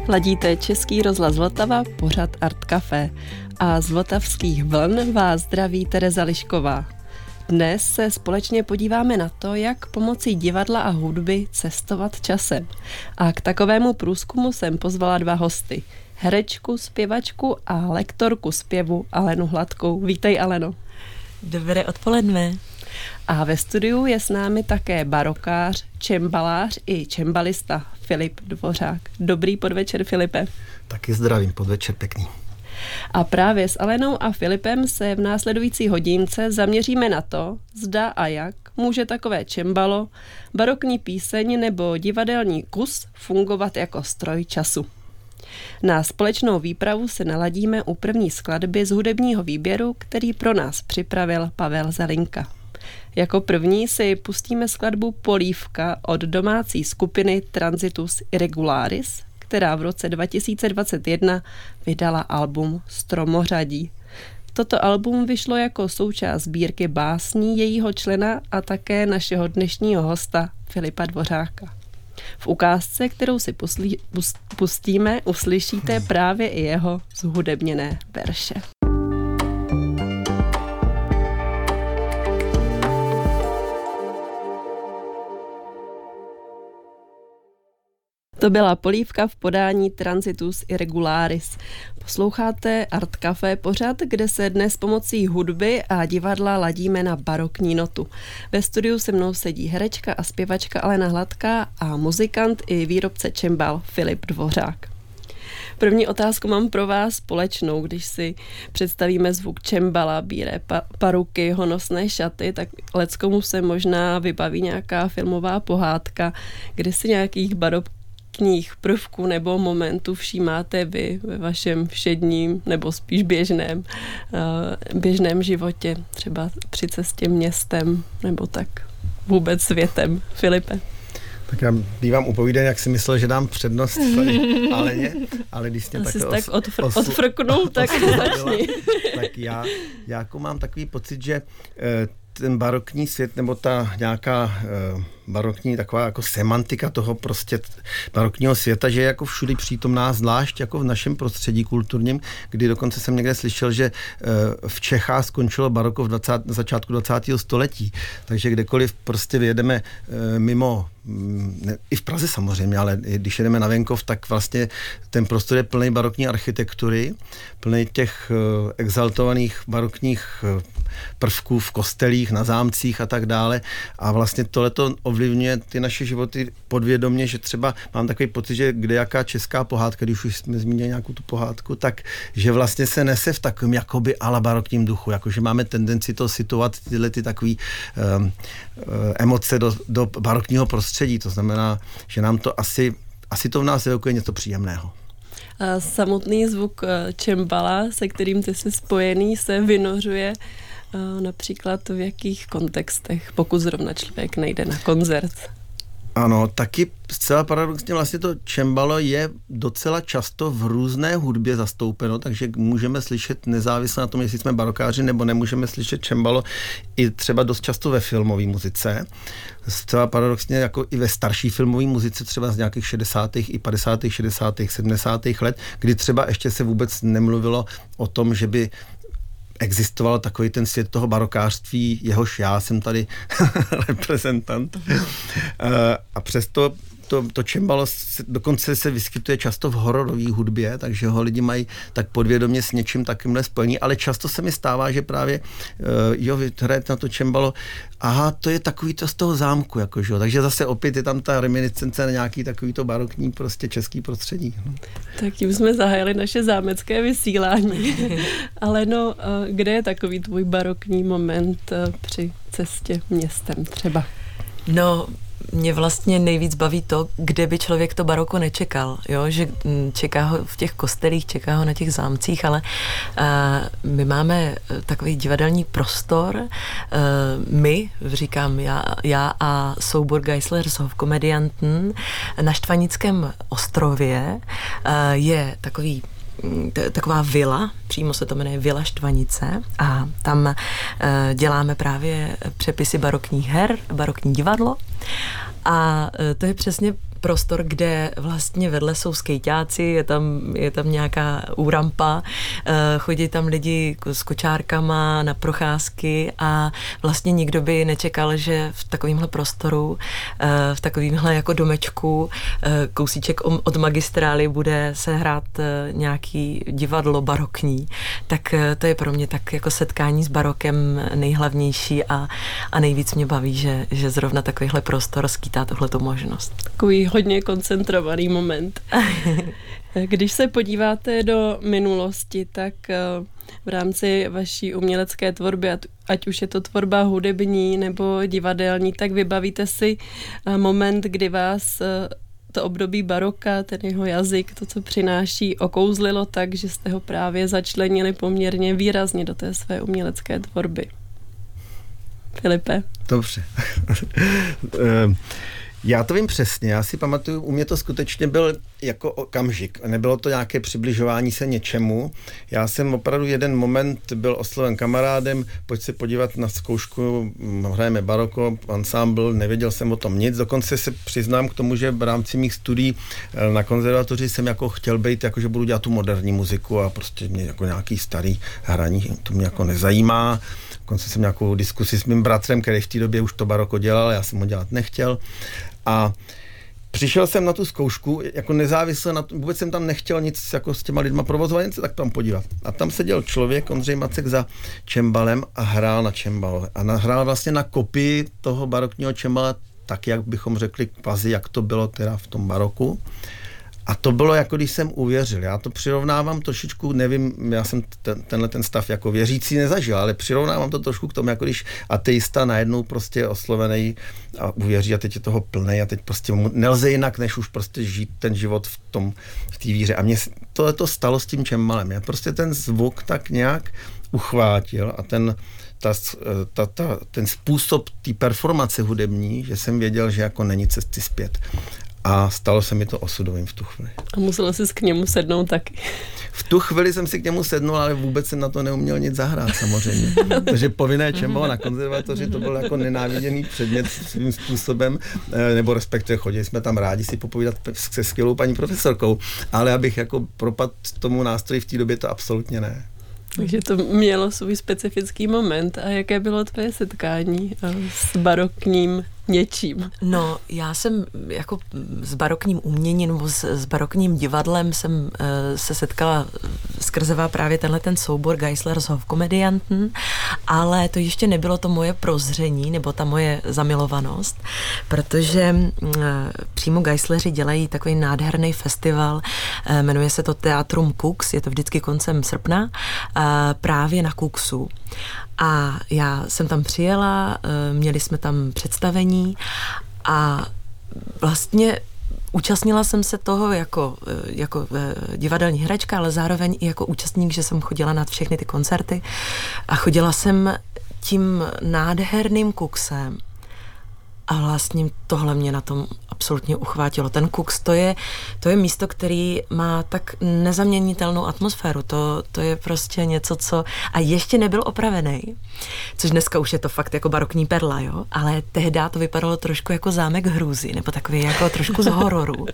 Ladíte Český rozhlas Vltava, pořad Art Café. A z vltavských vln vás zdraví Tereza Lišková. Dnes se společně podíváme na to, jak pomocí divadla a hudby cestovat časem. A k takovému průzkumu jsem pozvala dva hosty. Herečku, zpěvačku a lektorku zpěvu Alenu Hladkou. Vítej, Aleno. Dobré odpoledne. A ve studiu je s námi také barokář, čembalář i čembalista Filip Dvořák. Dobrý podvečer, Filipe. Taky zdravím, podvečer pěkný. A právě s Alenou a Filipem se v následující hodince zaměříme na to, zda a jak může takové čembalo, barokní píseň nebo divadelní kus fungovat jako stroj času. Na společnou výpravu se naladíme u první skladby z hudebního výběru, který pro nás připravil Pavel Zelinka. Jako první si pustíme skladbu Polívka od domácí skupiny Transitus Irregularis, která v roce 2021 vydala album Stromořadí. Toto album vyšlo jako součást sbírky básní jejího člena a také našeho dnešního hosta Filipa Dvořáka. V ukázce, kterou si pustíme, uslyšíte právě i jeho zhudebněné verše. To byla Polívka v podání Transitus Irregularis. Posloucháte Art Café, pořad, kde se dnes pomocí hudby a divadla ladíme na barokní notu. Ve studiu se mnou sedí herečka a zpěvačka Alena Hladká a muzikant i výrobce čembal Filip Dvořák. První otázku mám pro vás společnou. Když si představíme zvuk čembala, bílé paruky, honosné šaty, tak leckomu se možná vybaví nějaká filmová pohádka, kde si nějakých barokních prvků nebo momentů všímáte vy ve vašem všedním nebo spíš běžném životě, třeba při cestě městem nebo tak vůbec světem. Filipe. Tak já bývám upovídat, jak si myslel, že dám přednost Aleně, ale když jste tak odfrknul, tak začni. Tak já jako mám takový pocit, že ten barokní svět, nebo ta nějaká barokní taková jako semantika toho prostě barokního světa, že je jako všude přítomná, zvlášť jako v našem prostředí kulturním, kdy dokonce jsem někde slyšel, že v Čechách skončilo baroko na začátku 20. století. Takže kdekoliv prostě vyjedeme mimo, i v Praze samozřejmě, ale když jedeme na venkov, tak vlastně ten prostor je plný barokní architektury, plný těch exaltovaných barokních prvků v kostelích, na zámcích a tak dále. A vlastně tohleto ovlivňuje ty naše životy podvědomě, že třeba mám takový pocit, že kdejaká česká pohádka, když už jsme zmínili nějakou tu pohádku, tak že vlastně se nese v takovém jakoby ala barokním duchu, jakože máme tendenci to situovat tyhle ty takový emoce do barokního prostředí. To znamená, že nám to asi to v nás evokuje něco příjemného. A samotný zvuk čembala, se kterým ty jsi spojený, se vynořuje například v jakých kontextech, pokud zrovna člověk nejde na koncert? Ano, taky zcela paradoxně vlastně to čembalo je docela často v různé hudbě zastoupeno, takže můžeme slyšet nezávisle na tom, jestli jsme barokáři nebo nemůžeme slyšet čembalo i třeba dost často ve filmové muzice. Zcela paradoxně jako i ve starší filmové muzice, třeba z nějakých 60. i 50. 60. 70. let, kdy třeba ještě se vůbec nemluvilo o tom, že by existoval takový ten svět toho barokářství, jehož já jsem tady reprezentant. A přesto to čembalo dokonce se vyskytuje často v hororové hudbě, takže ho lidi mají tak podvědomě s něčím takýmhle spojení, ale často se mi stává, že právě vy hrajete na to čembalo, aha, to je takový to z toho zámku, jakože, takže zase opět je tam ta reminiscence na nějaký takový to barokní prostě český prostředí. Tak tím jsme zahájili naše zámecké vysílání. Ale kde je takový tvůj barokní moment při cestě městem třeba? No, mě vlastně nejvíc baví to, kde by člověk to baroko nečekal, jo? Že čeká ho v těch kostelích, čeká ho na těch zámcích, ale my máme takový divadelní prostor, říkám já a soubor Geisler's Hofkomedianten na Štvanickém ostrově je taková vila, přímo se to jmenuje Vila Štvanice a tam děláme právě přepisy barokních her, barokní divadlo A to je přesně prostor, kde vlastně vedle jsou skejťáci, je tam nějaká úrampa, chodí tam lidi s kočárkama na procházky a vlastně nikdo by nečekal, že v takovémhle prostoru, v takovémhle jako domečku, kousíček od magistrály bude se hrát nějaký divadlo barokní, tak to je pro mě tak jako setkání s barokem nejhlavnější a nejvíc mě baví, že zrovna takovýhle prostor skýtá tohleto možnost. Takový hodně koncentrovaný moment. Když se podíváte do minulosti, tak v rámci vaší umělecké tvorby, ať už je to tvorba hudební nebo divadelní, tak vybavíte si moment, kdy vás to období baroka, ten jeho jazyk, to, co přináší, okouzlilo tak, že jste ho právě začlenili poměrně výrazně do té své umělecké tvorby. Filipe? Dobře. Já to vím přesně, já si pamatuju, u mě to skutečně byl jako okamžik, nebylo to nějaké přibližování se něčemu. Já jsem opravdu jeden moment byl osloven kamarádem, pojď se podívat na zkoušku, hrajeme baroko, ansámbl, nevěděl jsem o tom nic, dokonce se přiznám k tomu, že v rámci mých studií na konzervatoři jsem jako chtěl být, jako že budu dělat tu moderní muziku a prostě mě jako nějaký starý hraní, to mě jako nezajímá. Dokonce jsem nějakou diskusi s mým bratrem, který v té době už to baroko dělal, já jsem ho dělat nechtěl. A přišel jsem na tu zkoušku, jako nezávisle na to, vůbec jsem tam nechtěl nic jako s těma lidma provozovat, jen se tak tam podívat. A tam seděl člověk, Ondřej Macek, za čembalem a hrál na čembalo. A hrál vlastně na kopii toho barokního čembala, tak jak bychom řekli kvazi, jak to bylo teda v tom baroku. A to bylo jako když jsem uvěřil. Já to přirovnávám trošičku, nevím, já jsem tenhle stav jako věřící nezažil, ale přirovnávám to trošku k tomu, jako když ateista najednou prostě oslovený a uvěří a teď je toho plnej a teď prostě nelze jinak, než už prostě žít ten život v té víře. A mně to stalo s tím čembalem. Já prostě ten zvuk tak nějak uchvátil a ten způsob té performace hudební, že jsem věděl, že jako není cesty zpět. A stalo se mi to osudovým v tu chvíli. A musela jsi k němu sednout taky. V tu chvíli jsem si k němu sednul, ale vůbec jsem na to neuměl nic zahrát samozřejmě. Protože povinné čembalo na konzervatoři, to byl jako nenáviděný předmět svým způsobem, nebo respektive chodili jsme tam rádi si popovídat se skvělou paní profesorkou, ale abych jako propadl tomu nástroji v té době, to absolutně ne. Takže to mělo svůj specifický moment. A jaké bylo tvoje setkání s barokním něčím? No, já jsem jako s barokním uměním nebo s barokním divadlem jsem se setkala skrzeva právě ten soubor Geisler's Hofkomedianten, ale to ještě nebylo to moje prozření nebo ta moje zamilovanost, protože přímo Geisleri dělají takový nádherný festival, jmenuje se to Teatrum Kux, je to vždycky koncem srpna, právě na Kuxu. A já jsem tam přijela, měli jsme tam představení a vlastně účastnila jsem se toho jako divadelní hračka, ale zároveň i jako účastník, že jsem chodila na všechny ty koncerty a chodila jsem tím nádherným Kuxem. A vlastně tohle mě na tom absolutně uchvátilo. Ten Kux, to je místo, který má tak nezaměnitelnou atmosféru. To je prostě něco, co... A ještě nebyl opravený, což dneska už je to fakt jako barokní perla, jo? Ale tehdy to vypadalo trošku jako zámek hrůzy, nebo takový jako trošku z hororu.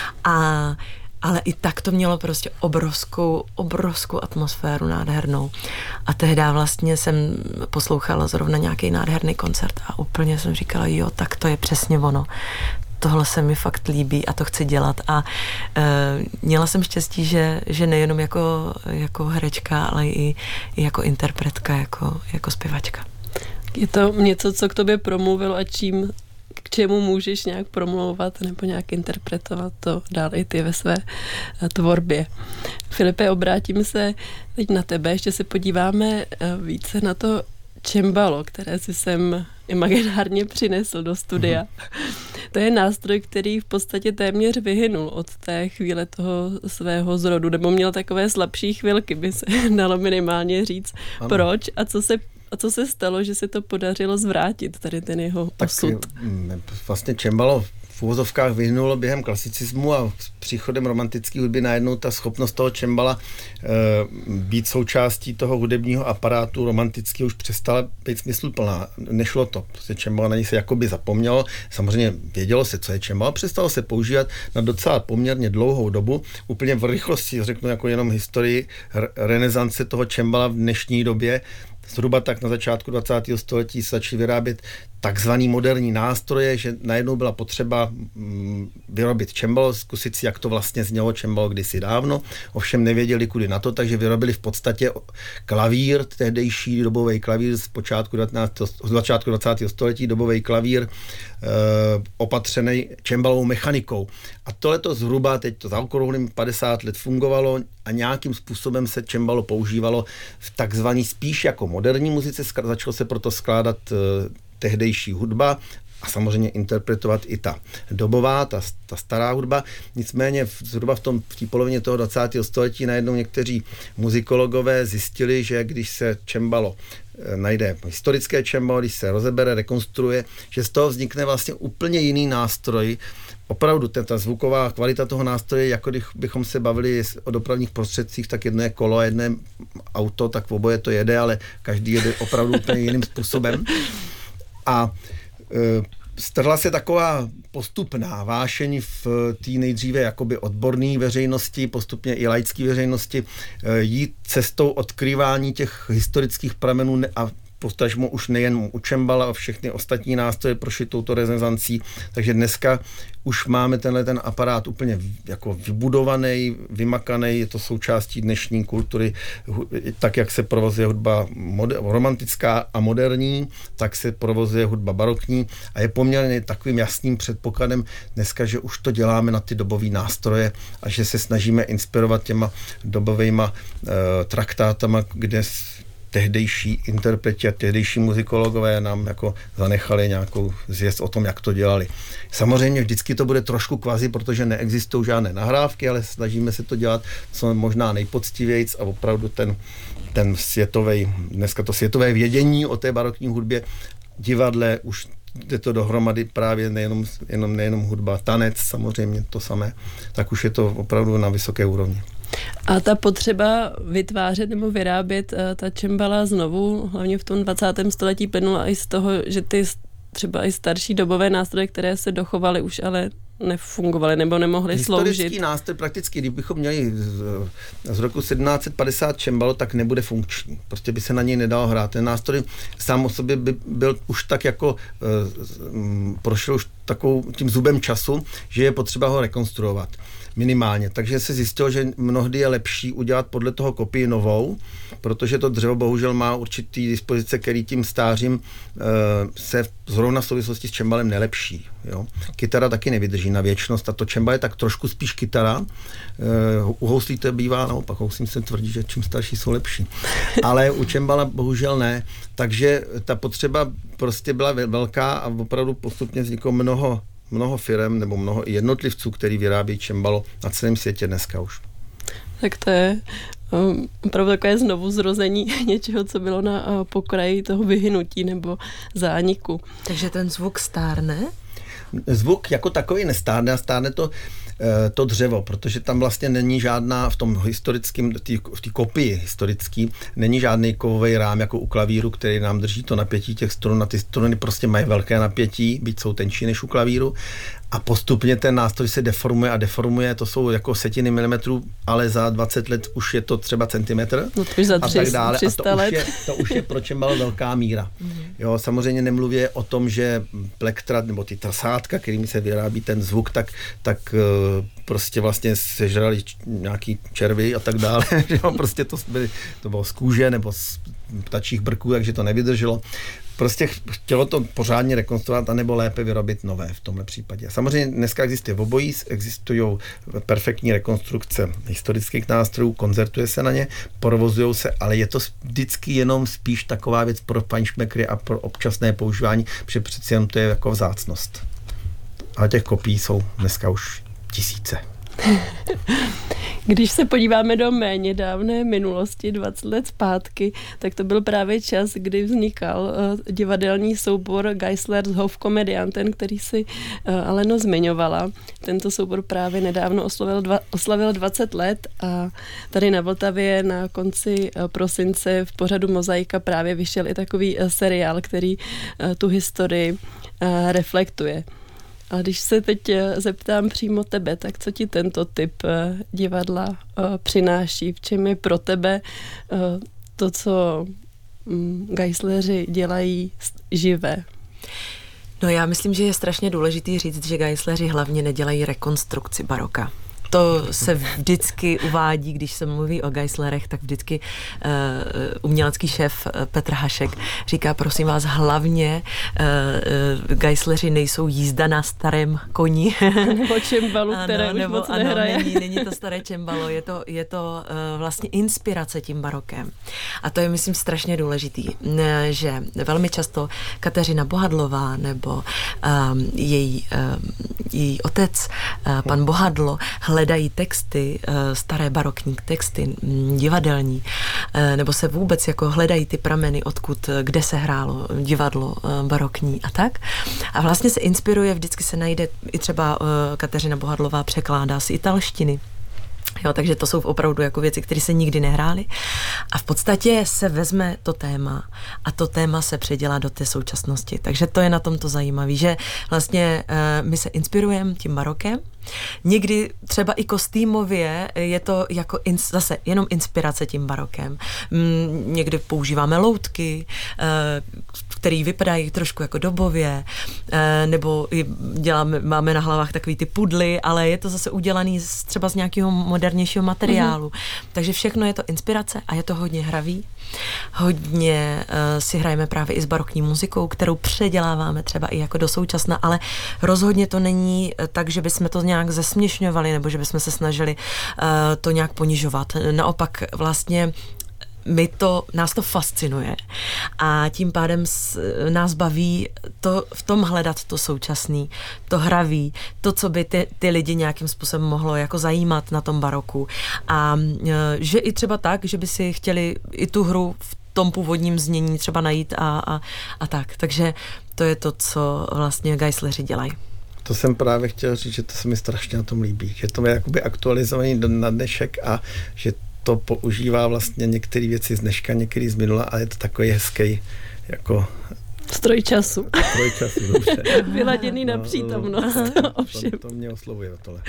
Ale i tak to mělo prostě obrovskou atmosféru nádhernou. A tehdy vlastně jsem poslouchala zrovna nějaký nádherný koncert a úplně jsem říkala, jo, tak to je přesně ono. Tohle se mi fakt líbí a to chci dělat. A měla jsem štěstí, že nejenom jako herečka, ale i jako interpretka, jako zpěvačka. Je to něco, co k tobě promluvilo a k čemu můžeš nějak promlouvat nebo nějak interpretovat to dál i ty ve své tvorbě. Filipe, obrátím se teď na tebe, ještě se podíváme více na to čembalo, které si sem imaginárně přinesl do studia. To je nástroj, který v podstatě téměř vyhynul od té chvíle toho svého zrodu, nebo měl takové slabší chvilky, by se dalo minimálně říct. Ano. Proč a co se stalo, že se to podařilo zvrátit, tady ten jeho osud? Vlastně čembalo v uvozovkách vyhnulo během klasicismu a s příchodem romantické hudby najednou ta schopnost toho čembala být součástí toho hudebního aparátu romantického už přestala být smysluplná. Nešlo to. Prostě čembalo na něj se jakoby zapomnělo. Samozřejmě vědělo se, co je čembalo, přestalo se používat na docela poměrně dlouhou dobu. Úplně v rychlosti, řeknu jako jenom historii renesance toho čembala v dnešní době. Zhruba tak na začátku 20. století se začaly vyrábět takzvaný moderní nástroje, že najednou byla potřeba vyrobit čembalo, zkusit si, jak to vlastně znělo čembalo kdysi dávno. Ovšem nevěděli, kudy na to, takže vyrobili v podstatě klavír, tehdejší dobový klavír z začátku 20. století, dobový klavír opatřený čembalovou mechanikou. A tohleto zhruba, teď to zaokrouhlím, 50 let fungovalo a nějakým způsobem se čembalo používalo v takzvaný spíš jako moderní muzice, začalo se proto skládat tehdejší hudba a samozřejmě interpretovat i ta dobová, ta stará hudba. Nicméně zhruba v té polovině toho 20. století najednou někteří muzikologové zjistili, že když se čembalo najde historické čembalo, když se rozebere, rekonstruuje, že z toho vznikne vlastně úplně jiný nástroj. Opravdu ta zvuková kvalita toho nástroje, jako když bychom se bavili o dopravních prostředcích, tak jedno je kolo, jedno je auto, tak v oboje to jede, ale každý jede opravdu úplně jiným způsobem. A strhla se taková postupná vášeň v té nejdříve jakoby odborné veřejnosti, postupně i laické veřejnosti, jít cestou odkrývání těch historických pramenů a postažmo už nejen u čembala a všechny ostatní nástroje prošly touto renesancí, takže dneska už máme ten aparát úplně jako vybudovaný, vymakaný, je to součástí dnešní kultury, tak jak se provozuje hudba romantická a moderní, tak se provozuje hudba barokní a je poměrně takovým jasným předpokladem dneska, že už to děláme na ty dobové nástroje a že se snažíme inspirovat těma dobovejma traktátama, kde tehdejší interpreti a tehdejší muzikologové nám jako zanechali nějakou zvěst o tom, jak to dělali. Samozřejmě vždycky to bude trošku kvazi, protože neexistují žádné nahrávky, ale snažíme se to dělat co možná nejpoctivějc a opravdu ten světový, dneska to světové vědění o té barokní hudbě, divadle, už jde to dohromady právě nejenom hudba, tanec samozřejmě to samé, tak už je to opravdu na vysoké úrovni. A ta potřeba vytvářet nebo vyrábět ta čembala znovu, hlavně v tom 20. století, plynula i z toho, že ty třeba i starší dobové nástroje, které se dochovaly, už ale nefungovaly nebo nemohly sloužit. Historický nástroj prakticky, kdybychom měli z roku 1750 čembalo, tak nebude funkční. Prostě by se na něj nedalo hrát. Ten nástroj sám o sobě by byl už tak jako prošel už takovou tím zubem času, že je potřeba ho rekonstruovat. Minimálně. Takže se zjistilo, že mnohdy je lepší udělat podle toho kopii novou, protože to dřevo bohužel má určitý dispozice, který tím stářím se zrovna v souvislosti s čembalem nelepší. Jo. Kytara taky nevydrží na věčnost a to čembal je tak trošku spíš kytara. U houslí to bývá naopak. Houslím se tvrdí, že čím starší jsou lepší. Ale u čembala bohužel ne. Takže ta potřeba prostě byla velká a opravdu postupně vzniklo mnoho firem nebo mnoho jednotlivců, který vyrábí čembalo na celém světě dneska už. Tak to je opravdu takové znovu zrození něčeho, co bylo na pokraji toho vyhynutí nebo zániku. Takže ten zvuk stárne? Zvuk jako takový nestárne a stárne to dřevo, protože tam vlastně není žádná v tom historickém, v té kopii historický, není žádný kovový rám jako u klavíru, který nám drží to napětí těch strun. A ty struny prostě mají velké napětí, byť jsou tenčí než u klavíru. A postupně ten nástroj se deformuje, to jsou jako setiny milimetrů, ale za 20 let už je to třeba centimetr za a tak dále. A to už je pro čembalo velká míra. Jo, samozřejmě nemluvě o tom, že plektra nebo ty trasátka, kterými se vyrábí ten zvuk, tak prostě vlastně sežrali nějaký červy a tak dále. Prostě to bylo z kůže nebo z ptačích brků, takže to nevydrželo. Prostě chtělo to pořádně rekonstruovat anebo lépe vyrobit nové v tomhle případě. Samozřejmě dneska existuje obojí, existují perfektní rekonstrukce historických nástrojů, koncertuje se na ně, provozují se, ale je to vždycky jenom spíš taková věc pro fajnšmekry a pro občasné používání, protože přeci jenom to je jako vzácnost. Ale těch kopií jsou dneska už tisíce. Když se podíváme do méně dávné minulosti, 20 let zpátky, tak to byl právě čas, kdy vznikal divadelní soubor Geisler's Hofkomedianten, který si Aleno zmiňovala. Tento soubor právě nedávno oslavil 20 let a tady na Vltavě na konci prosince v pořadu Mozaika právě vyšel i takový seriál, který tu historii reflektuje. A když se teď zeptám přímo tebe, tak co ti tento typ divadla přináší? V čem je pro tebe to, co Geisleři dělají, živé? No já myslím, že je strašně důležitý říct, že Geisleři hlavně nedělají rekonstrukci baroka. To se vždycky uvádí, když se mluví o Geislerech, tak vždycky umělecký šéf Petr Hašek říká, prosím vás, hlavně Geisleři nejsou jízda na starém koni. Nebo čembalu, které už moc nehraje. Není to staré čembalo, je to vlastně inspirace tím barokem. A to je, myslím, strašně důležitý, že velmi často Kateřina Bohadlová nebo její otec, pan Bohadlo, hledají texty, staré barokní texty, divadelní, nebo se vůbec jako hledají ty prameny, kde se hrálo divadlo barokní a tak. A vlastně se inspiruje, vždycky se najde, i třeba Kateřina Bohadlová překládá z italštiny. Jo, takže to jsou opravdu jako věci, které se nikdy nehrály. A v podstatě se vezme to téma a to téma se předělá do té současnosti. Takže to je na tom to zajímavé, že vlastně my se inspirujeme tím barokem. Někdy třeba i kostýmově je to jako zase jenom inspirace tím barokem. Někdy používáme loutky, které vypadají trošku jako dobově, nebo máme na hlavách takový ty pudly, ale je to zase udělaný třeba z nějakého modernějšího materiálu. Takže všechno je to inspirace a je to hodně hravý. Hodně si hrajeme právě i s barokní muzikou, kterou předěláváme třeba i jako do současna, ale rozhodně to není tak, že bychom to nějak zesměšňovali nebo že bychom se snažili to nějak ponižovat. Naopak vlastně nás to fascinuje a tím pádem nás baví v tom hledat to současný, to hravý, to, co by ty lidi nějakým způsobem mohlo jako zajímat na tom baroku a že i třeba tak, že by si chtěli i tu hru v tom původním znění třeba najít a tak. Takže to je to, co vlastně Geisleři dělají. To jsem právě chtěl říct, že to se mi strašně na tom líbí, že to je jakoby aktualizovaný na dnešek a že to používá vlastně některé věci z dneška, některé z minula a je to takový hezký jako stroj času. Stroj času, dobře. Vyladěný na přítomnost. To mě oslovuje tohle.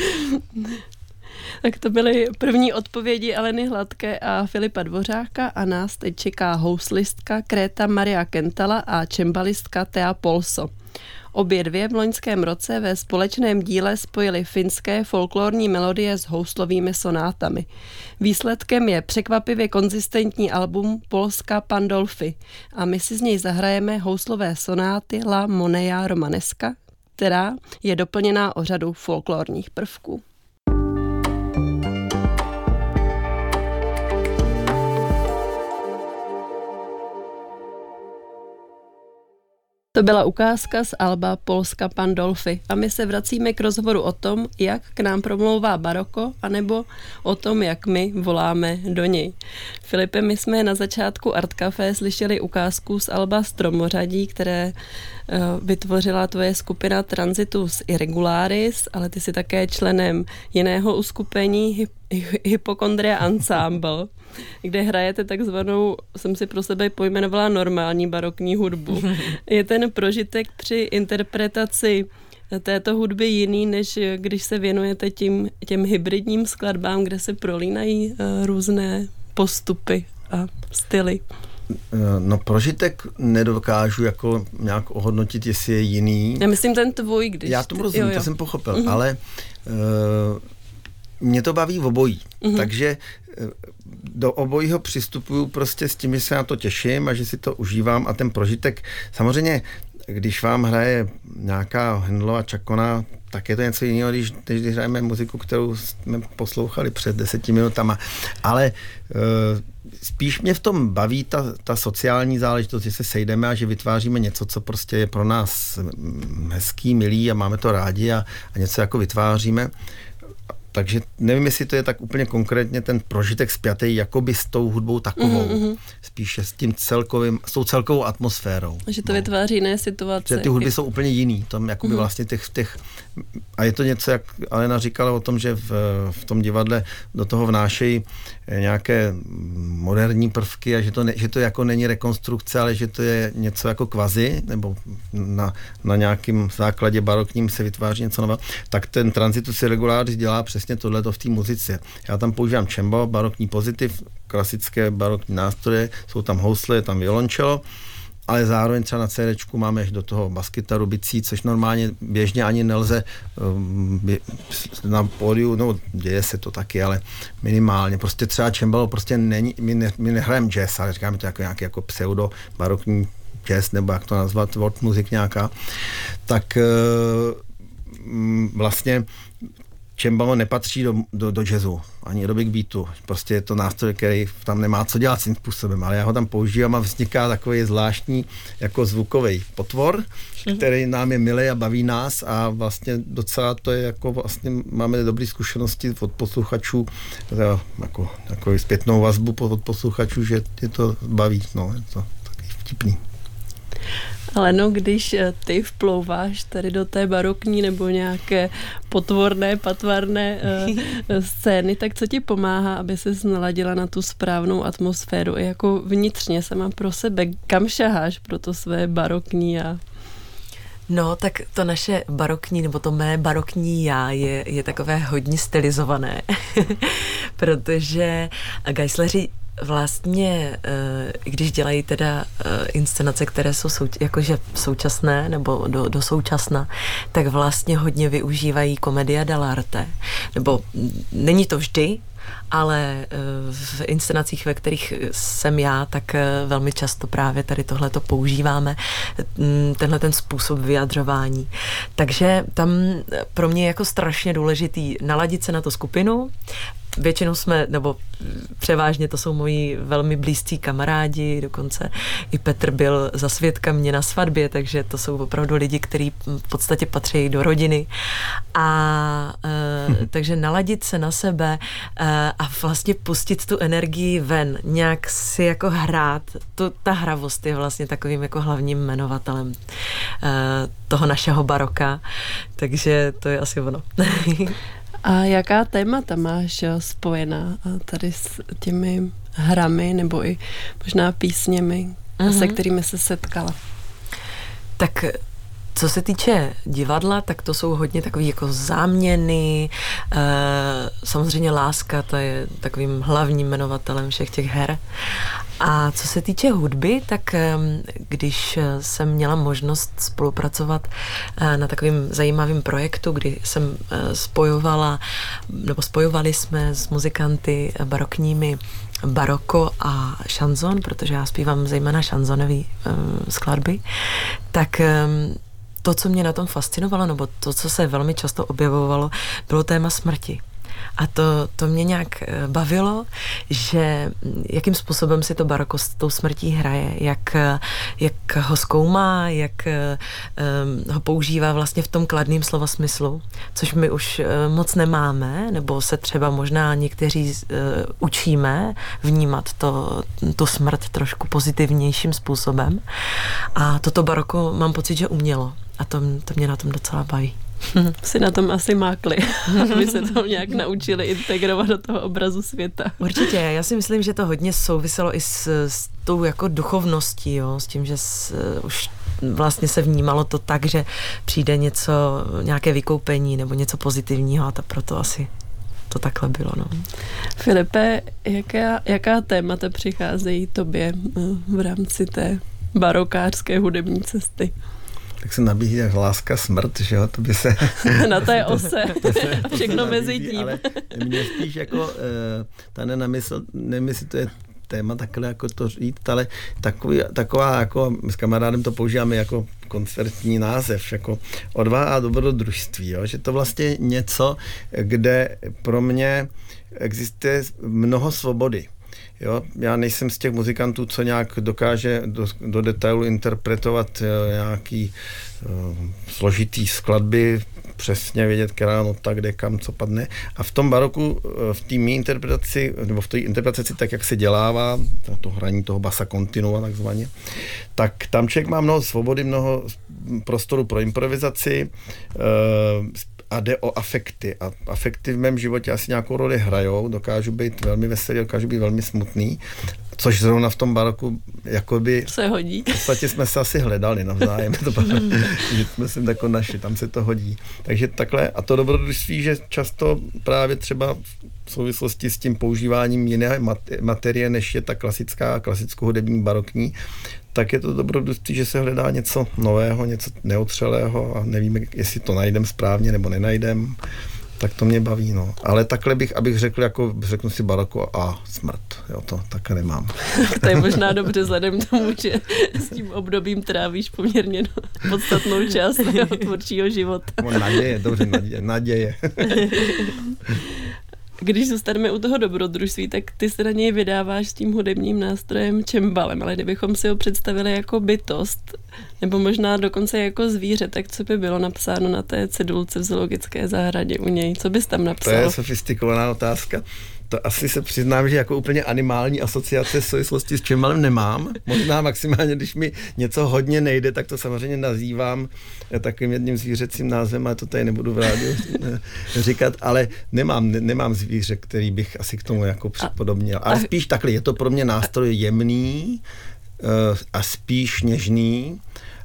Tak to byly první odpovědi Aleny Hladké a Filipa Dvořáka a nás teď čeká houslistka Kréta Maria Kentala a čembalistka Thea Polso. Obě dvě v loňském roce ve společném díle spojily finské folklorní melodie s houslovými sonátami. Výsledkem je překvapivě konzistentní album Polska Pandolfy a my si z něj zahrajeme houslové sonáty La Moneja Romaneska, která je doplněná o řadu folklorních prvků. To byla ukázka z alba Polska Pandolfy a my se vracíme k rozhovoru o tom, jak k nám promlouvá baroko, anebo o tom, jak my voláme do něj. Filipe, my jsme na začátku Art Café slyšeli ukázku z alba Stromořadí, které vytvořila tvoje skupina Transitus Irregularis, ale ty jsi také členem jiného uskupení Hypochondria Ensemble, kde hrajete takzvanou, jsem si pro sebe pojmenovala normální barokní hudbu. Je ten prožitek při interpretaci této hudby jiný, než když se věnujete těm hybridním skladbám, kde se prolínají různé postupy a styly? No prožitek nedokážu jako nějak ohodnotit, jestli je jiný. Já myslím ten tvůj, když... Já tomu rozumím, to jsem pochopil, ale mě to baví v obojí, takže do obojího přistupuju prostě s tím, že se na to těším a že si to užívám a ten prožitek, samozřejmě, když vám hraje nějaká Handelova Čakona, tak je to něco jiného, když hrajeme muziku, kterou jsme poslouchali před 10 minutama, ale spíš mě v tom baví ta sociální záležitost, že se sejdeme a že vytváříme něco, co prostě je pro nás hezký, milý a máme to rádi a něco jako vytváříme. takže nevím, jestli to je tak úplně konkrétně ten prožitek spjatý jakoby s tou hudbou takovou. Spíše s tím s tou celkovou atmosférou. Že to vytváří jiné situace. Že ty hudby jsou úplně jiný. Tam jakoby vlastně a je to něco, jak Alena říkala o tom, že v tom divadle do toho vnášejí nějaké moderní prvky a že to jako není rekonstrukce, ale že to je něco jako kvazi, nebo na nějakém základě barokním se vytváří něco nového, tak ten Transitus Irregularis dělá přesně tohleto v té muzice. Já tam používám cembalo, barokní pozitiv, klasické barokní nástroje, jsou tam housle, je tam violoncello, ale zároveň třeba na CDčku máme až do toho baskytaru, bicí, což normálně běžně ani nelze na pódiu, no děje se to taky, ale minimálně. Prostě třeba cembalo prostě není, my nehrajeme jazz, ale říkáme to jako nějaký jako pseudo barokní jazz, nebo jak to nazvat, world music nějaká, tak vlastně cembalo nepatří do jazzu, ani do big beatu. Prostě je to nástroj, který tam nemá co dělat tím způsobem, ale já ho tam používám a vzniká takový zvláštní jako zvukový potvor, který nám je milý a baví nás a vlastně docela to je jako vlastně máme dobré zkušenosti od posluchačů, jako zpětnou vazbu od posluchačů, že je to baví, no, je to taky vtipný. Ale no, když ty vplouváš tady do té barokní nebo nějaké potvorné, patvarné scény, tak co ti pomáhá, aby ses naladila na tu správnou atmosféru i jako vnitřně sama pro sebe? Kam šaháš pro to své barokní já? No, tak to naše barokní, nebo to mé barokní já je takové hodně stylizované, protože Geisleri vlastně, když dělají teda inscenace, které jsou jakože současné nebo do současna, tak vlastně hodně využívají commedia dell'arte. Nebo není to vždy, ale v inscenacích, ve kterých jsem já, tak velmi často právě tady tohleto používáme, tenhle ten způsob vyjadřování. Takže tam pro mě je jako strašně důležitý naladit se na tu skupinu. Většinou nebo převážně to jsou moji velmi blízcí kamarádi, dokonce i Petr byl za svědka mě na svatbě, takže to jsou opravdu lidi, kteří v podstatě patří do rodiny. A takže naladit se na sebe a vlastně pustit tu energii ven, nějak si jako hrát. Ta hravost je vlastně takovým jako hlavním jmenovatelem toho našeho baroka, takže to je asi ono. A jaká témata máš spojená tady s těmi hrami nebo i možná písněmi, se kterými se setkala? Tak co se týče divadla, tak to jsou hodně takový jako záměny, samozřejmě láska, ta je takovým hlavním jmenovatelem všech těch her. A co se týče hudby, tak když jsem měla možnost spolupracovat na takovým zajímavým projektu, kdy jsem spojovali jsme s muzikanty barokními baroko a šanzon, protože já zpívám zejména šanzonové skladby, tak to, co mě na tom fascinovalo, nebo to, co se velmi často objevovalo, bylo téma smrti. A to mě nějak bavilo, že jakým způsobem si to baroko s tou smrtí hraje, jak ho zkoumá, jak ho používá vlastně v tom kladným slova smyslu, což my už moc nemáme, nebo se třeba možná někteří učíme vnímat tu smrt trošku pozitivnějším způsobem. A toto baroko mám pocit, že umělo. A to mě na tom docela baví. Si na tom asi mákli, aby se to nějak naučili integrovat do toho obrazu světa. Určitě, já si myslím, že to hodně souviselo i s tou jako duchovností, jo? S tím, že už vlastně se vnímalo to tak, že přijde nějaké vykoupení nebo něco pozitivního a proto asi to takhle bylo. No. Filipe, jaká témata přicházejí tobě v rámci té barokářské hudební cesty? Tak se nabízí jak láska, smrt, že jo, to by se... Na té ose, všechno mezi tím. Ale mě spíš jako, tady nevím, jestli to je téma takhle jako to říct, ale taková jako, s kamarádem to používáme jako koncertní název, jako odvaha a dobrodružství, jo, že to vlastně něco, kde pro mě existuje mnoho svobody. Jo, já nejsem z těch muzikantů, co nějak dokáže do detailu interpretovat nějaký složitý skladby, přesně vědět, která nota, kde, kam, co padne. A v tom baroku, v té mý interpretaci, nebo v té interpretaci tak, jak se dělává, to hraní toho basa continua takzvaně, tak tam člověk má mnoho svobody, mnoho prostoru pro improvizaci, a jde o afekty. A afekty v mém životě asi nějakou roli hrajou. Dokážu být velmi veselý, dokážu být velmi smutný, což zrovna v tom baroku jakoby... Se hodí. V podstatě jsme se asi hledali navzájem. Že jsme si jako naši, tam se to hodí. Takže takhle. A to dobrodružství, že často právě třeba v souvislosti s tím používáním jiné materie, než je ta klasicko-hudební barokní, tak je to dobrodružství, že se hledá něco nového, něco neotřelého a nevíme, jestli to najdem správně nebo nenajdem, tak to mě baví, no. Ale takhle abych řekl, jako řeknu si baroko a smrt, jo, to takhle nemám. To je možná dobře vzhledem k tomu, že s tím obdobím trávíš poměrně podstatnou část svého tvůrčího života. Naděje, dobře, naděje. Když zůstaneme u toho dobrodružství, tak ty se na něj vydáváš s tím hudebním nástrojem čembalem, ale kdybychom si ho představili jako bytost, nebo možná dokonce jako zvíře, tak co by bylo napsáno na té cedulce v zoologické zahradě u něj? Co bys tam napsal? To je sofistikovaná otázka. To asi se přiznám, že jako úplně animální asociace v souvislosti s čembalem nemám. Možná maximálně, když mi něco hodně nejde, tak to samozřejmě nazývám takovým jedním zvířecím názvem, ale to tady nebudu v rádiu říkat, ale nemám zvíře, který bych asi k tomu jako připodobnil. Ale spíš takhle, je to pro mě nástroj jemný a spíš něžný,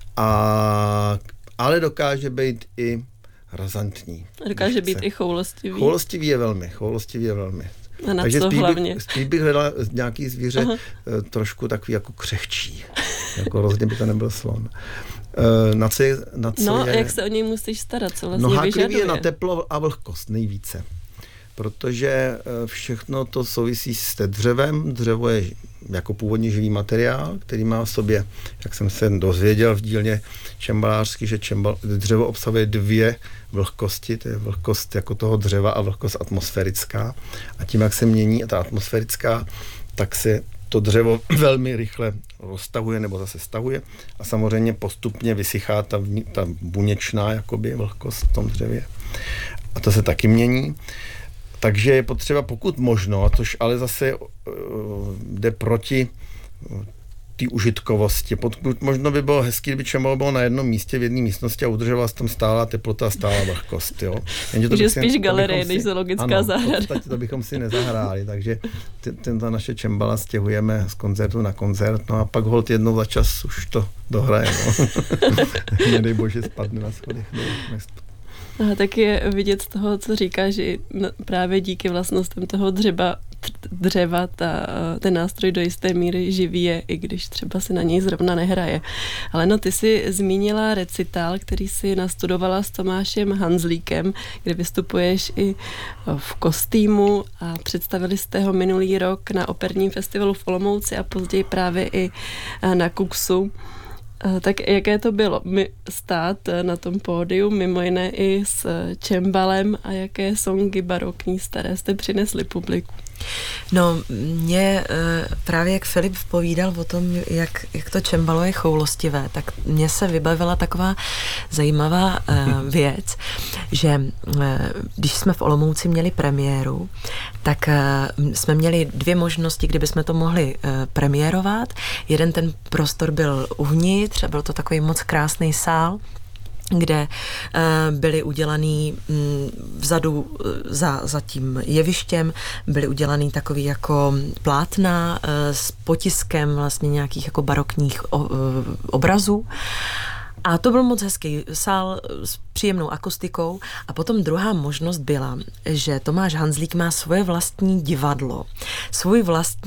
ale dokáže být i razantní. Dokáže být i choulostivý. Choulostivý je velmi. A na takže co hlavně? Spíš bych hledal nějaký zvíře trošku takový jako křehčí. Jako rozhodně by to nebyl slon. Na co je... Jak se o něj musíš starat, co vlastně vyžaduje? Háklivý je na teplo a vlhkost nejvíce. Protože všechno to souvisí s dřevem. Dřevo je jako původně živý materiál, který má v sobě, jak jsem se dozvěděl v dílně čembalářsky, že dřevo obsahuje dvě vlhkosti, to je vlhkost jako toho dřeva a vlhkost atmosférická. A tím, jak se mění ta atmosférická, tak se to dřevo velmi rychle roztahuje nebo zase stahuje a samozřejmě postupně vysychá ta buněčná jakoby vlhkost v tom dřevě. A to se taky mění. Takže je potřeba pokud možno, což ale zase jde proti té užitkovosti. Pokud možno by bylo hezký, kdyby čembalo bylo na jednom místě v jedné místnosti a udržovala se tam stála teplota a stála vlhkost. Jo? Takže spíš galerie než zoologická zahrada. V podstatě to bychom si nezahráli, takže tento naše čembala stěhujeme z koncertu na koncert, no a pak holt jednou za čas už to dohraje. No. Nedej bože spadne na schodech. A tak je vidět z toho, co říká, že právě díky vlastnostem toho dřeva ten nástroj do jisté míry živý je, i když třeba se na něj zrovna nehraje. Ale no, ty jsi zmínila recitál, který si nastudovala s Tomášem Hanzlíkem, kde vystupuješ i v kostýmu a představili jste ho minulý rok na operním festivalu v Olomouci a později právě i na Kuxu. Tak jaké to bylo stát na tom pódiu, mimo jiné i s čembalem, a jaké songy barokní staré jste přinesli publiku? No, mě právě jak Filip povídal o tom, jak to čembalo je choulostivé, tak mně se vybavila taková zajímavá věc, že když jsme v Olomouci měli premiéru, tak jsme měli dvě možnosti, kdyby jsme to mohli premiérovat. Jeden ten prostor byl uvnitř a byl to takový moc krásný sál, kde byly udělaný vzadu za tím jevištěm, byly udělaný takový jako plátna s potiskem vlastně nějakých jako barokních obrazů. A to byl moc hezký sál s příjemnou akustikou. A potom druhá možnost byla, že Tomáš Hanzlík má svoje vlastní divadlo, svoji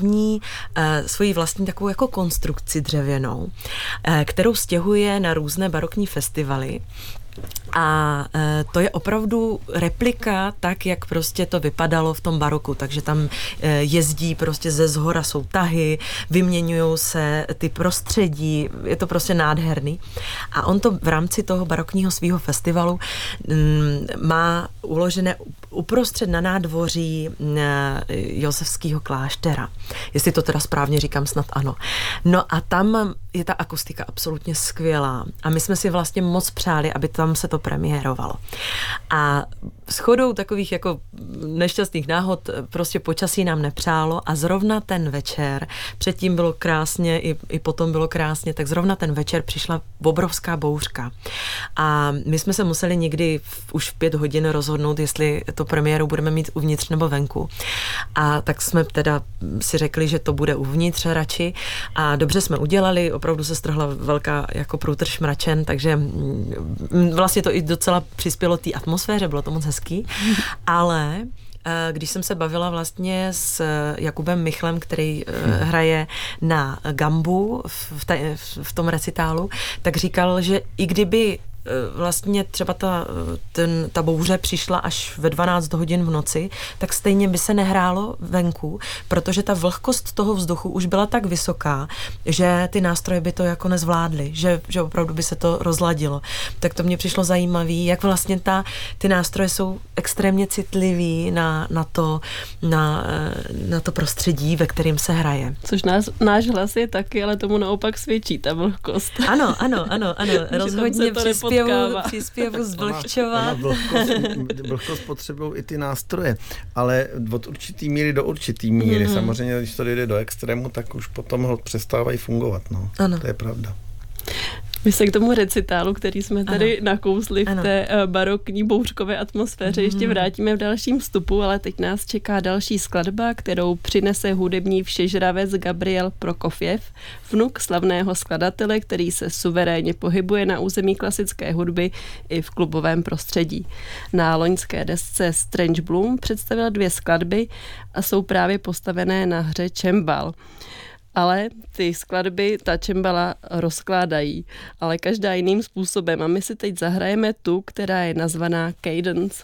vlastní takovou jako konstrukci dřevěnou, kterou stěhuje na různé barokní festivaly. A to je opravdu replika tak, jak prostě to vypadalo v tom baroku, takže tam jezdí prostě ze zhora jsou tahy, vyměňují se ty prostředí, je to prostě nádherný. A on to v rámci toho barokního svého festivalu má uložené uprostřed na nádvoří Josefského kláštera. Jestli to teda správně říkám, snad ano. No a tam je ta akustika absolutně skvělá. A my jsme si vlastně moc přáli, aby tam se to premiérovalo. A shodou takových jako nešťastných náhod prostě počasí nám nepřálo a zrovna ten večer, předtím bylo krásně, i potom bylo krásně, tak zrovna ten večer přišla obrovská bouřka. A my jsme se museli někdy už v 5 hodin rozhodnout, jestli to premiéru budeme mít uvnitř nebo venku. A tak jsme teda si řekli, že to bude uvnitř radši a dobře jsme udělali, opravdu se strhla velká jako průtrž mračen, takže vlastně to i docela přispělo té atmosféře, bylo to moc hezký, ale když jsem se bavila vlastně s Jakubem Michlem, který hraje na gambu v tom recitálu, tak říkal, že i kdyby vlastně třeba ta bouře přišla až ve 12 hodin v noci, tak stejně by se nehrálo venku, protože ta vlhkost toho vzduchu už byla tak vysoká, že ty nástroje by to jako nezvládly, že opravdu by se to rozladilo. Tak to mně přišlo zajímavý, jak vlastně ty nástroje jsou extrémně citlivý na to prostředí, ve kterém se hraje. Což náš hlas je taky, ale tomu naopak svědčí ta vlhkost. Ano, rozhodně příspěvu zvlhčovat. Vlhkost potřebují i ty nástroje, ale od určitý míry do určitý míry. Samozřejmě, když to jde do extrému, tak už potom přestávají fungovat. No. To je pravda. My se k tomu recitálu, který jsme tady nakousli v té barokní bouřkové atmosféře, ještě vrátíme v dalším vstupu, ale teď nás čeká další skladba, kterou přinese hudební všežravec Gabriel Prokofjev, vnuk slavného skladatele, který se suverénně pohybuje na území klasické hudby i v klubovém prostředí. Na loňské desce Strange Bloom představila 2 skladby a jsou právě postavené na hře cembal. Ale ty skladby ta cembala rozkládají, ale každá jiným způsobem. A my si teď zahrajeme tu, která je nazvaná Cadence.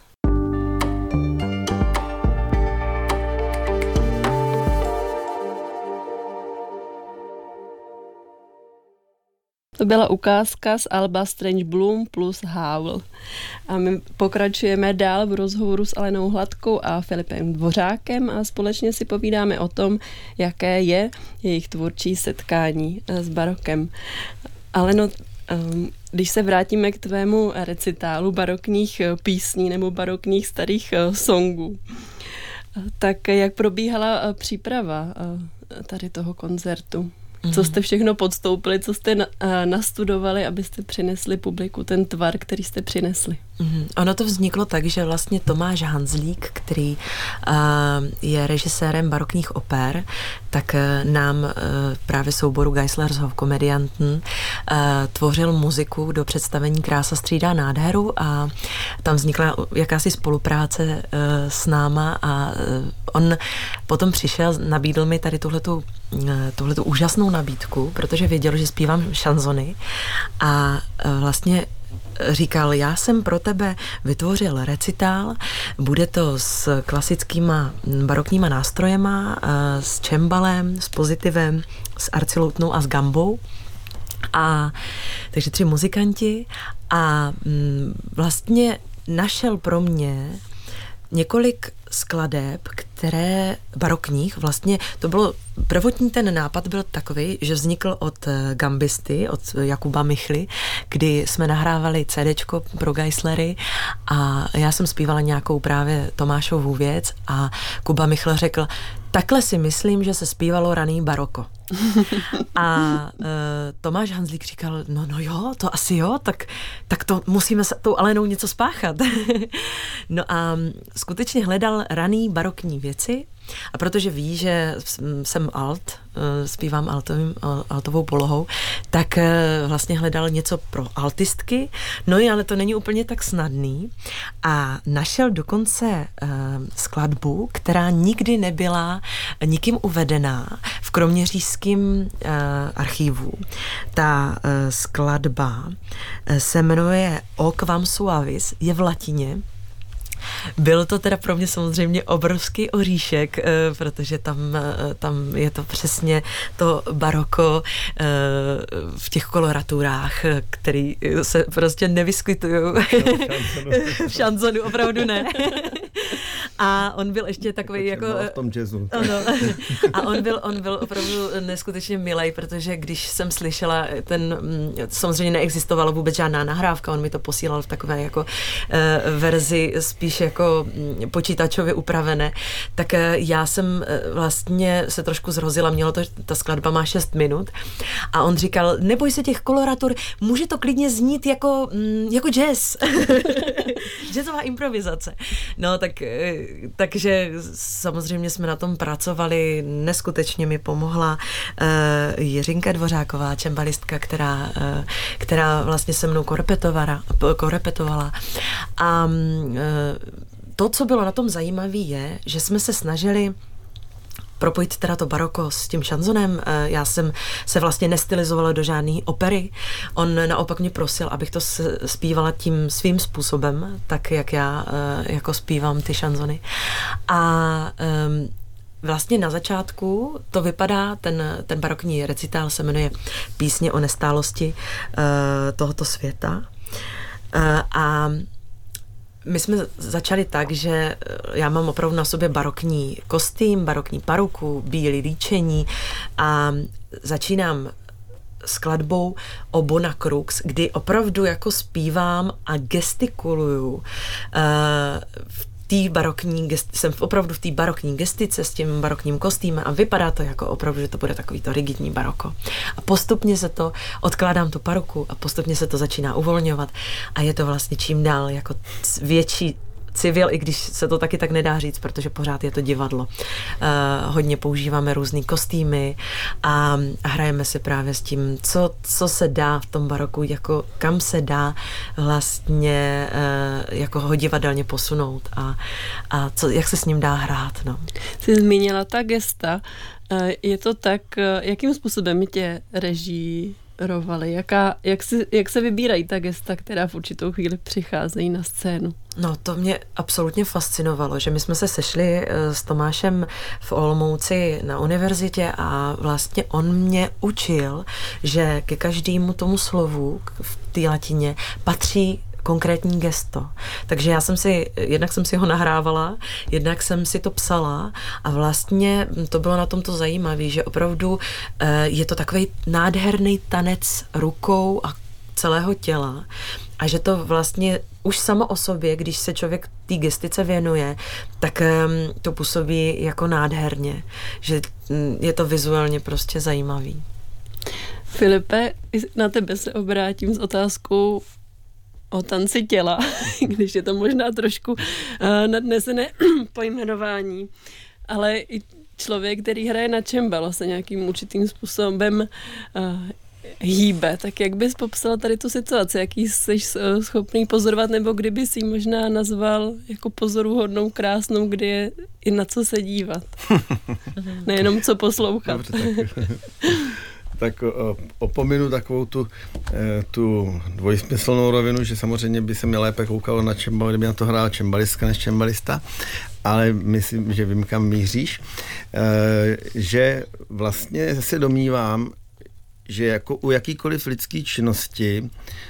To byla ukázka z alba Strange Bloom plus Howl. A my pokračujeme dál v rozhovoru s Alenou Hladkou a Filipem Dvořákem a společně si povídáme o tom, jaké je jejich tvůrčí setkání s barokem. Aleno, když se vrátíme k tvému recitálu barokních písní nebo barokních starých songů, tak jak probíhala příprava tady toho koncertu? Co jste všechno podstoupili, co jste nastudovali, abyste přinesli publiku ten tvar, který jste přinesli? Ono to vzniklo tak, že vlastně Tomáš Hanzlík, který je režisérem barokních oper, tak nám právě souboru Geislershof Komedianten tvořil muziku do představení Krása střídá nádheru a tam vznikla jakási spolupráce s náma a on potom přišel, nabídl mi tady tuhletu úžasnou nabídku, protože věděl, že zpívám šanzony a vlastně říkal, já jsem pro tebe vytvořil recitál, bude to s klasickýma barokníma nástrojema, s cembalem, s pozitivem, s arciloutnou a s gambou. A takže 3 muzikanti a vlastně našel pro mě několik skladeb, které barokních, vlastně to bylo, prvotní ten nápad byl takový, že vznikl od gambisty, od Jakuba Michly, kdy jsme nahrávali CDčko pro Geislery a já jsem zpívala nějakou právě Tomášovu věc a Kuba Michl řekl, takhle si myslím, že se zpívalo raný baroko. A Tomáš Hanzlík říkal, no jo, to asi jo, tak to musíme s tou Alenou něco spáchat. No a skutečně hledal raný barokní věci a protože ví, že jsem alt, zpívám altovou polohou, tak vlastně hledal něco pro altistky, no ale to není úplně tak snadný a našel dokonce skladbu, která nikdy nebyla nikým uvedená v kroměřížském archivu. Ta skladba se jmenuje O Quam Suavis, je v latině. Byl to teda pro mě samozřejmě obrovský oříšek, protože tam je to přesně to baroko v těch koloraturách, který se prostě nevyskytují v šanzonu, opravdu ne. A on byl ještě takový jako... v tom jazzu. Ano. A on byl opravdu neskutečně milej, protože když jsem slyšela samozřejmě neexistovala vůbec žádná nahrávka, on mi to posílal v takové jako verzi spíš jako počítačově upravené, tak já jsem vlastně se trošku zrozila, ta skladba má 6 minut a on říkal, neboj se těch koloratur, může to klidně znít jako jazz. Jazzová improvizace. No, takže samozřejmě jsme na tom pracovali, neskutečně mi pomohla Jiřinka Dvořáková, čembalistka, která vlastně se mnou korepetovala. A to, co bylo na tom zajímavé, je, že jsme se snažili propojit teda to baroko s tím šanzonem. Já jsem se vlastně nestylizovala do žádné opery. On naopak mě prosil, abych to zpívala tím svým způsobem, tak jak já jako zpívám ty šanzony. A vlastně na začátku to vypadá, ten barokní recitál se jmenuje Písně o nestálosti tohoto světa. A my jsme začali tak, že já mám opravdu na sobě barokní kostým, barokní paruku, bílý líčení a začínám skladbou o Bona Crux, kdy opravdu jako zpívám a gestikuluju jsem opravdu v té barokní gestice s tím barokním kostýmem a vypadá to jako opravdu, že to bude takový to rigidní baroko. A postupně odkládám tu paruku a postupně se to začíná uvolňovat a je to vlastně čím dál jako větší civil, i když se to taky tak nedá říct, protože pořád je to divadlo. Hodně používáme různý kostýmy a hrajeme si právě s tím, co se dá v tom baroku, jako kam se dá vlastně jako ho divadelně posunout a jak se s ním dá hrát. No. Jsi zmínila ta gesta. Je to tak, jakým způsobem tě režírovali? Jak se vybírají ta gesta, která v určitou chvíli přicházejí na scénu? No, to mě absolutně fascinovalo, že my jsme se sešli s Tomášem v Olomouci na univerzitě a vlastně on mě učil, že ke každému tomu slovu v té latině patří konkrétní gesto. Takže jednak jsem si ho nahrávala, jednak jsem si to psala a vlastně to bylo na tom to zajímavé, že opravdu je to takový nádherný tanec rukou a celého těla a že to vlastně už samo o sobě, když se člověk té gestice věnuje, tak to působí jako nádherně, že je to vizuálně prostě zajímavý. Filipe, na tebe se obrátím s otázkou o tanci těla, když je to možná trošku nadnesené pojmenování, ale i člověk, který hraje na čembalo, se nějakým určitým způsobem hýbe. Tak jak bys popsala tady tu situaci? Jaký jsi schopný pozorovat, nebo kdyby si ji možná nazval jako pozoruhodnou, krásnou, kdy je i na co se dívat? Nejenom co poslouchat. Dobře, tak opominu takovou tu dvojsmyslnou rovinu, že samozřejmě by se mi lépe koukalo na čembalo, kdyby na to hrál čembalistka než čembalista, ale myslím, že vím, kam míříš, že vlastně se domnívám, že jako u jakýkoliv lidské činnosti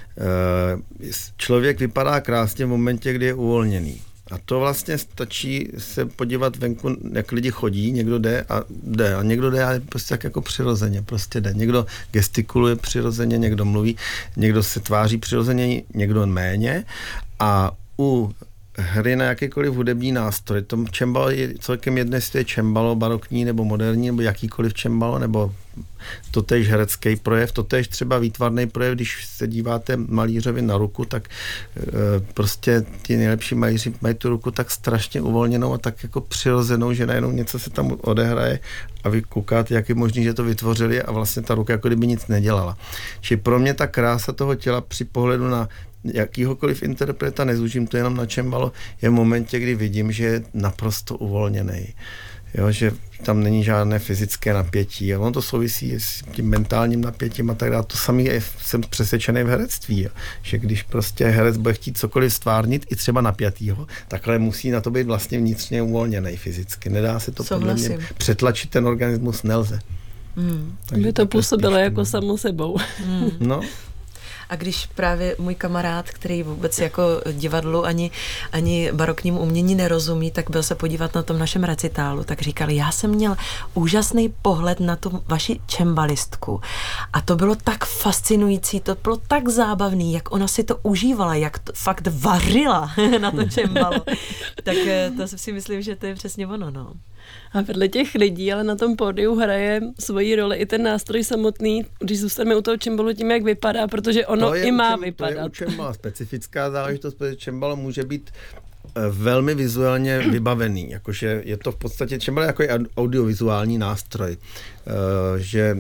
člověk vypadá krásně v momentě, kdy je uvolněný. A to vlastně stačí se podívat venku, jak lidi chodí, někdo jde a někdo jde a prostě tak jako přirozeně, prostě jde. Někdo gestikuluje přirozeně, někdo mluví, někdo se tváří přirozeně, někdo méně a u hry na jakýkoliv hudební nástroj, tom čembalo je celkem jedno, jestli je čembalo barokní nebo moderní, nebo jakýkoliv čembalo, nebo totéž herecký projev, totéž třeba výtvarný projev, když se díváte malířovi na ruku, tak prostě ti nejlepší malíři mají tu ruku tak strašně uvolněnou a tak jako přirozenou, že najednou něco se tam odehraje a vy koukáte, jak je možný, že to vytvořili a vlastně ta ruka jako kdyby nic nedělala. Čili pro mě ta krása toho těla při pohledu na jakýhokoliv interpreta, nezúžím to jenom na čembalo, je v momentě, kdy vidím, že je naprosto uvolněný. jo, že tam není žádné fyzické napětí. A ono to souvisí s tím mentálním napětím a tak dále. To samé jsem přesvědčený v herectví, jo. Že když prostě herec bude chtít cokoliv stvárnit, i třeba napjatýho, takhle musí na to být vlastně vnitřně uvolněný fyzicky. Nedá se to podle mě přetlačit, ten organismus nelze. By to působilo jako samo sebou. No. A když právě můj kamarád, který vůbec jako divadlu ani baroknímu umění nerozumí, tak byl se podívat na tom našem recitálu, tak říkal, já jsem měl úžasný pohled na tu vaši čembalistku a to bylo tak fascinující, to bylo tak zábavný, jak ona si to užívala, jak to fakt vařila na to čembalo. Tak to si myslím, že to je přesně ono, no. A vedle těch lidí, ale na tom pódiu hraje svoji roli i ten nástroj samotný, když zůstaneme u toho čembalu tím, jak vypadá, protože ono i má vypadat. To je u čembala specifická záležitost, protože čembalo může být velmi vizuálně vybavený, jakože je to v podstatě čembalo jako audiovizuální nástroj, že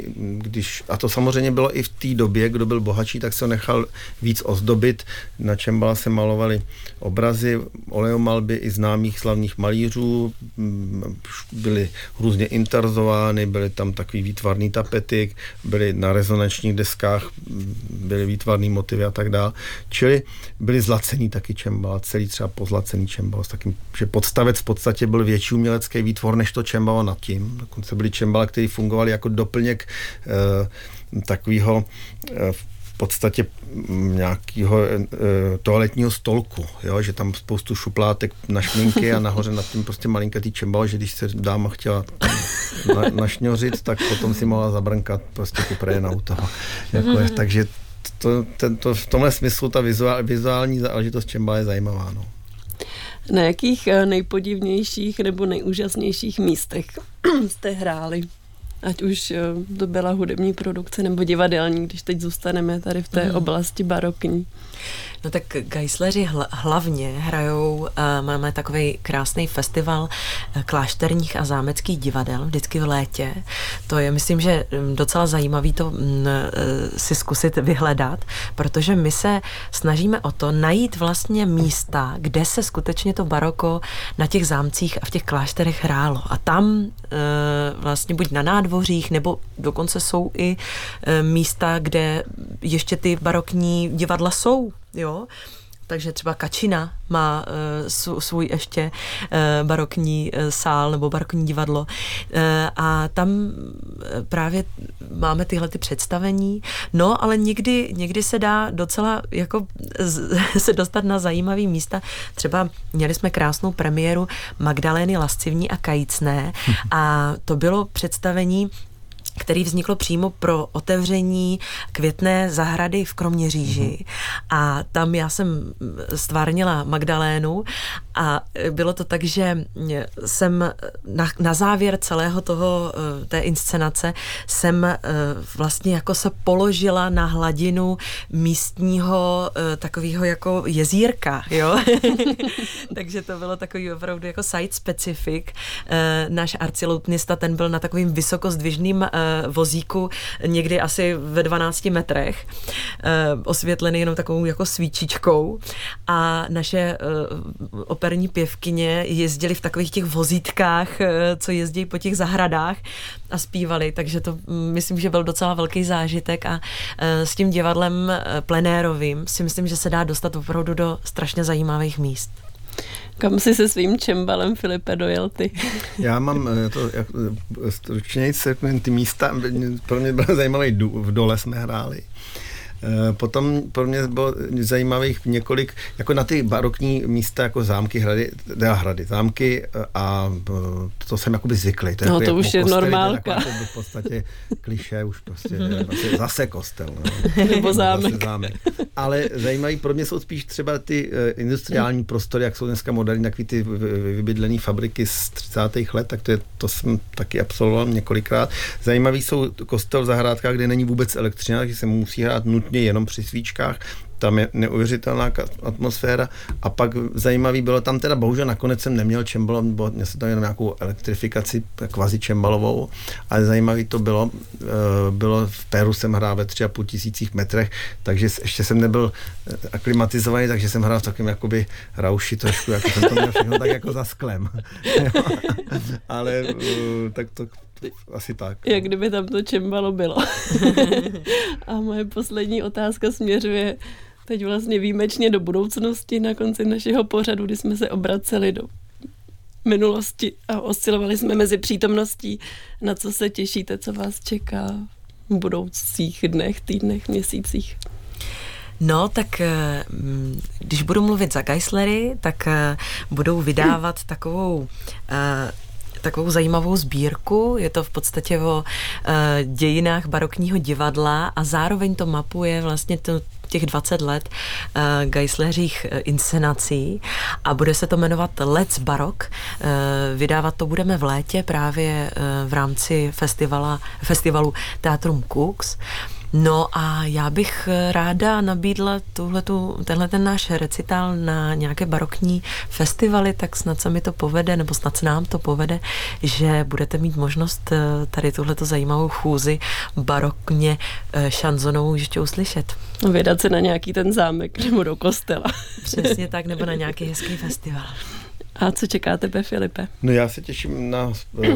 a to samozřejmě bylo i v té době, kdo byl bohatší, tak se ho nechal víc ozdobit. Na čembala se malovaly obrazy, oleomalby i známých slavných malířů, byly různě interzovány, byly tam takový výtvarný tapety, byly na rezonančních deskách, byly výtvarný motivy a tak dále. Čili byly zlacený taky čembala, celý třeba pozlacený čembalo, s takým, že podstavec v podstatě byl větší umělecký výtvor než to čembalo nad tím. Dokonce byly čembala, které fungovaly jako doplněk takového v podstatě nějakého toaletního stolku, jo? Že tam spoustu šuplátek na šminky a nahoře nad tím prostě malinkatý čembalo, že když se dáma chtěla našňořit, tak potom si mohla zabrnkat prostě kupreje na auto. Takže v tomhle smyslu ta vizuální záležitost čembala je zajímavá. No. Na jakých nejpodivnějších nebo nejúžasnějších místech jste hráli? Ať už to byla hudební produkce nebo divadelní, když teď zůstaneme tady v té oblasti barokní. No tak Geisleri hlavně hrajou, máme takový krásný festival klášterních a zámeckých divadel, vždycky v létě. To je, myslím, že docela zajímavý to si zkusit vyhledat, protože my se snažíme o to najít vlastně místa, kde se skutečně to baroko na těch zámcích a v těch klášterech hrálo. A tam vlastně buď na nádvořích, nebo dokonce jsou i místa, kde ještě ty barokní divadla jsou, jo. Takže třeba Kačina má svůj ještě barokní sál nebo barokní divadlo a tam právě máme tyhle ty představení. No, ale někdy se dá docela jako se dostat na zajímavý místa. Třeba měli jsme krásnou premiéru Magdalény Lascivní a Kajícné a to bylo představení, který vzniklo přímo pro otevření Květné zahrady v Kroměříži. A tam já jsem stvárnila Magdalénu a bylo to tak, že jsem na závěr celého té inscenace jsem vlastně jako se položila na hladinu místního takového jako jezírka, jo. Takže to bylo takový opravdu jako site specific. Náš arciloutnista, ten byl na takovým vysokozdvižným vozíku někdy asi ve 12 metrech, osvětlený jenom takovou jako svíčičkou a naše operní pěvkyně jezdily v takových těch vozítkách, co jezdí po těch zahradách a zpívali, takže to myslím, že byl docela velký zážitek a s tím divadlem plenérovým si myslím, že se dá dostat opravdu do strašně zajímavých míst. Kam jsi se svým čembalem, Filipe, dojel ty? Já mám to stručněji, ty místa, pro mě bylo zajímavé, v Dole jsme hráli. Potom pro mě bylo zajímavých několik, jako na ty barokní místa, jako zámky, zámky a to jsem jakoby zvyklý. To, no, to už je normálka. To je v podstatě klišé, už prostě zase kostel. No. Nebo zámek. Ale zajímavý pro mě jsou spíš třeba ty industriální prostory, jak jsou dneska moderní, takový ty vybydlené fabriky z 30. let, tak to jsem taky absolvoval několikrát. Zajímavý jsou kostel v zahrádkách, kde není vůbec elektřina, takže se musí hrát nutně jenom při svíčkách. tam je neuvěřitelná atmosféra a pak zajímavý bylo tam teda, bohužel nakonec jsem neměl čembalo, měl jsem tam jenom nějakou elektrifikaci kvazi čembalovou, ale zajímavý to bylo v Peru jsem hrál ve 3,5 tisících metrech, takže ještě jsem nebyl aklimatizovaný, takže jsem hrál v takovém jakoby rauši trošku, jako jsem to měl všechno tak jako za sklem. Ale tak to asi tak. Jak kdyby tam to čembalo bylo. A moje poslední otázka směřuje teď vlastně výjimečně do budoucnosti na konci našeho pořadu, kdy jsme se obraceli do minulosti a oscilovali jsme mezi přítomností. Na co se těšíte, co vás čeká v budoucích dnech, týdnech, měsících? No, tak když budu mluvit za Geislery, tak budou vydávat takovou zajímavou sbírku. Je to v podstatě o dějinách barokního divadla a zároveň to mapuje vlastně těch 20 let Geisleřích inscenací a bude se to jmenovat Let's Barok. Vydávat to budeme v létě právě v rámci festivalu Teatrum Cux. No a já bych ráda nabídla tenhle ten náš recitál na nějaké barokní festivaly, tak snad se mi to povede, nebo snad se nám to povede, že budete mít možnost tady tuhleto zajímavou chůzi barokně šanzonovou ještě uslyšet. Vydat se na nějaký ten zámek nebo do kostela. Přesně tak, nebo na nějaký hezký festival. A co čeká tebe, Filipe? No já se těším na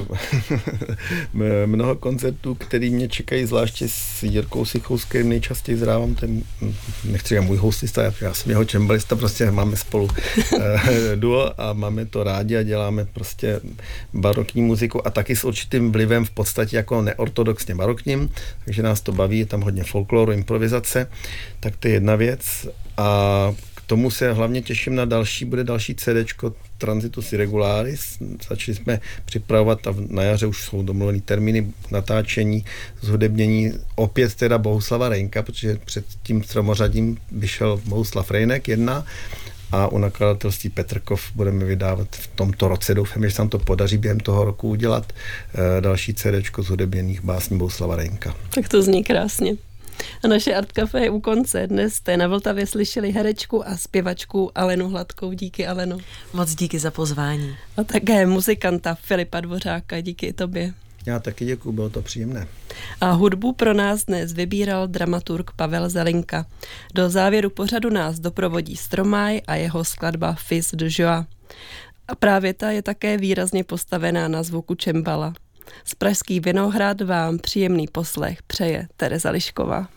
mnoho koncertů, který mě čekají, zvláště s Jirkou Sichou, s kterým nejčastěji zhrávám, ten, nechci říkat můj hostista, já jsem jeho čembalista, prostě máme spolu duo a máme to rádi a děláme prostě barokní muziku a taky s určitým vlivem v podstatě jako neortodoxně barokním, takže nás to baví, je tam hodně folkloru, improvizace, tak to je jedna věc a k tomu se hlavně těším na bude další CDčko Transitus Irregularis. Začali jsme připravovat a na jaře už jsou domluvený termíny natáčení, zhudebnění. Opět teda Bohuslava Rejnka, protože před tím stromořadím vyšel Bohuslav Rejnek 1 a u nakladatelství Petrkov budeme vydávat v tomto roce. Doufám, že se nám to podaří během toho roku udělat další CDčko zhudebněných básní Bohuslava Rejnka. Tak to zní krásně. A naše Art Café je u konce. Dnes jste na Vltavě slyšeli herečku a zpěvačku Alenu Hladkou. Díky, Aleno. Moc díky za pozvání. A také muzikanta Filipa Dvořáka. Díky i tobě. Já taky děkuju, bylo to příjemné. A hudbu pro nás dnes vybíral dramaturg Pavel Zelinka. Do závěru pořadu nás doprovodí Stromae a jeho skladba Fils de Joie. A právě ta je také výrazně postavená na zvuku čembala. Z Pražský Vinohrad vám příjemný poslech přeje Tereza Lišková.